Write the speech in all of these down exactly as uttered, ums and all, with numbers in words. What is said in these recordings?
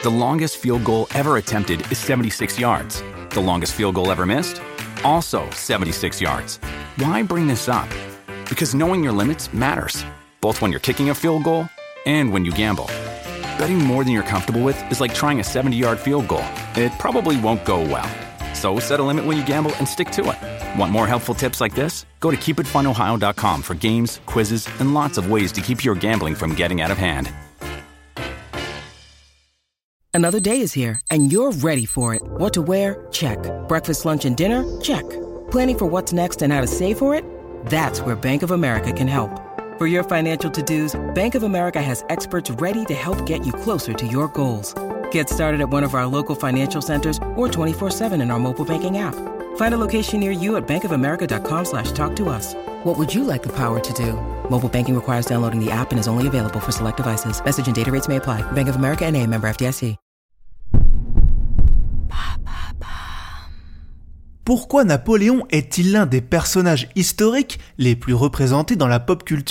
The longest field goal ever attempted is seventy-six yards. The longest field goal ever missed? Also seventy-six yards. Why bring this up? Because knowing your limits matters, both when you're kicking a field goal and when you gamble. Betting more than you're comfortable with is like trying a seventy-yard field goal. It probably won't go well. So set a limit when you gamble and stick to it. Want more helpful tips like this? Go to keep it fun ohio dot com for games, quizzes, and lots of ways to keep your gambling from getting out of hand. Another day is here, and you're ready for it. What to wear? Check. Breakfast, lunch, and dinner? Check. Planning for what's next and how to save for it? That's where Bank of America can help. For your financial to-dos, Bank of America has experts ready to help get you closer to your goals. Get started at one of our local financial centers or twenty-four seven in our mobile banking app. Find a location near you at bankofamerica.com slash talk to us. What would you like the power to do? Mobile banking requires downloading the app and is only available for select devices. Message and data rates may apply. Bank of America N A, member F D I C. Pourquoi Napoléon est-il l'un des personnages historiques les plus représentés dans la pop culture ?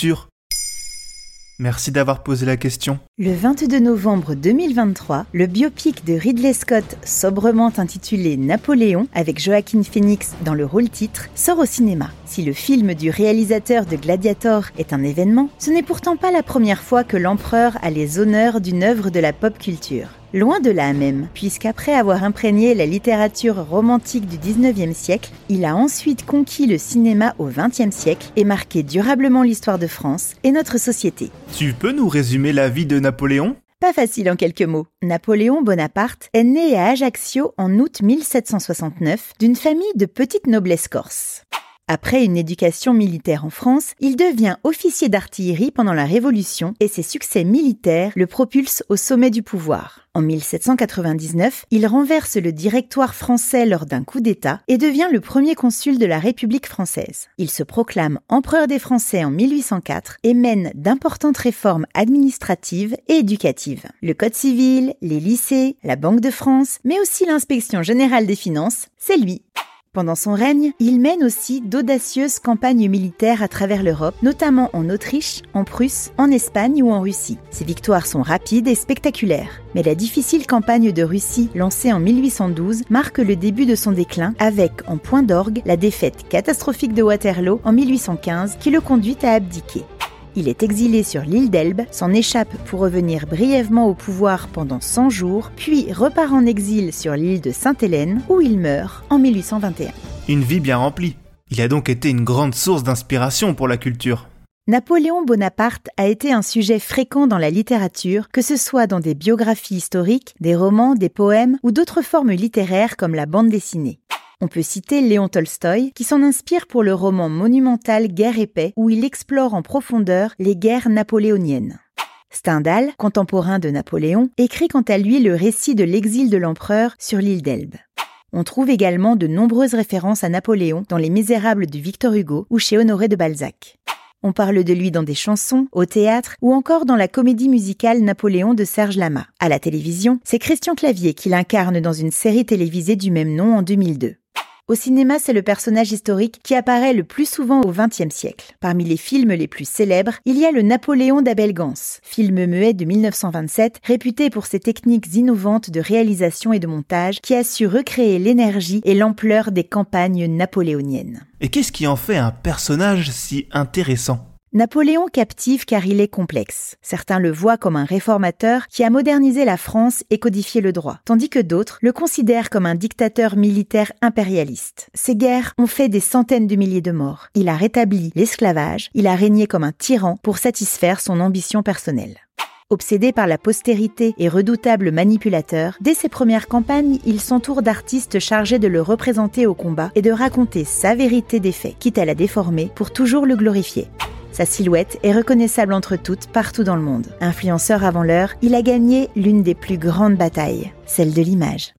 Merci d'avoir posé la question. Le vingt-deux novembre deux mille vingt-trois, le biopic de Ridley Scott, sobrement intitulé Napoléon, avec Joaquin Phoenix dans le rôle titre, sort au cinéma. Si le film du réalisateur de Gladiator est un événement, ce n'est pourtant pas la première fois que l'empereur a les honneurs d'une œuvre de la pop culture. Loin de là même, puisqu'après avoir imprégné la littérature romantique du dix-neuvième siècle, il a ensuite conquis le cinéma au vingtième siècle et marqué durablement l'histoire de France et notre société. Tu peux nous résumer la vie de Napoléon ? Pas facile en quelques mots. Napoléon Bonaparte est né à Ajaccio en août mille sept cent soixante-neuf d'une famille de petite noblesse corse. Après une éducation militaire en France, il devient officier d'artillerie pendant la Révolution et ses succès militaires le propulsent au sommet du pouvoir. En mille sept cent quatre-vingt-dix-neuf, il renverse le directoire français lors d'un coup d'État et devient le premier consul de la République française. Il se proclame empereur des Français en mille huit cent quatre et mène d'importantes réformes administratives et éducatives. Le Code civil, les lycées, la Banque de France, mais aussi l'Inspection générale des finances, c'est lui. Pendant son règne, il mène aussi d'audacieuses campagnes militaires à travers l'Europe, notamment en Autriche, en Prusse, en Espagne ou en Russie. Ses victoires sont rapides et spectaculaires. Mais la difficile campagne de Russie, lancée en mille huit cent douze, marque le début de son déclin avec, en point d'orgue, la défaite catastrophique de Waterloo en mille huit cent quinze qui le conduit à abdiquer. Il est exilé sur l'île d'Elbe, s'en échappe pour revenir brièvement au pouvoir pendant cent jours, puis repart en exil sur l'île de Sainte-Hélène, où il meurt en mille huit cent vingt et un. Une vie bien remplie. Il a donc été une grande source d'inspiration pour la culture. Napoléon Bonaparte a été un sujet fréquent dans la littérature, que ce soit dans des biographies historiques, des romans, des poèmes ou d'autres formes littéraires comme la bande dessinée. On peut citer Léon Tolstoï, qui s'en inspire pour le roman monumental Guerre et paix, où il explore en profondeur les guerres napoléoniennes. Stendhal, contemporain de Napoléon, écrit quant à lui le récit de l'exil de l'empereur sur l'île d'Elbe. On trouve également de nombreuses références à Napoléon dans Les Misérables de Victor Hugo ou chez Honoré de Balzac. On parle de lui dans des chansons, au théâtre ou encore dans la comédie musicale Napoléon de Serge Lama. À la télévision, c'est Christian Clavier qui l'incarne dans une série télévisée du même nom en deux mille deux. Au cinéma, c'est le personnage historique qui apparaît le plus souvent au vingtième siècle. Parmi les films les plus célèbres, il y a le Napoléon d'Abel Gance, film muet de mille neuf cent vingt-sept, réputé pour ses techniques innovantes de réalisation et de montage, qui a su recréer l'énergie et l'ampleur des campagnes napoléoniennes. Et qu'est-ce qui en fait un personnage si intéressant ? Napoléon captive car il est complexe. Certains le voient comme un réformateur qui a modernisé la France et codifié le droit, tandis que d'autres le considèrent comme un dictateur militaire impérialiste. Ses guerres ont fait des centaines de milliers de morts. Il a rétabli l'esclavage, il a régné comme un tyran pour satisfaire son ambition personnelle. Obsédé par la postérité et redoutable manipulateur, dès ses premières campagnes, il s'entoure d'artistes chargés de le représenter au combat et de raconter sa vérité des faits, quitte à la déformer pour toujours le glorifier. Sa silhouette est reconnaissable entre toutes partout dans le monde. Influenceur avant l'heure, il a gagné l'une des plus grandes batailles, celle de l'image.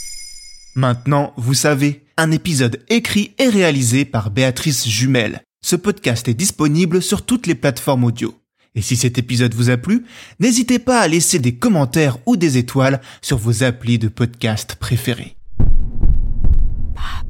Maintenant, vous savez, un épisode écrit et réalisé par Béatrice Jumel. Ce podcast est disponible sur toutes les plateformes audio. Et si cet épisode vous a plu, n'hésitez pas à laisser des commentaires ou des étoiles sur vos applis de podcast préférés.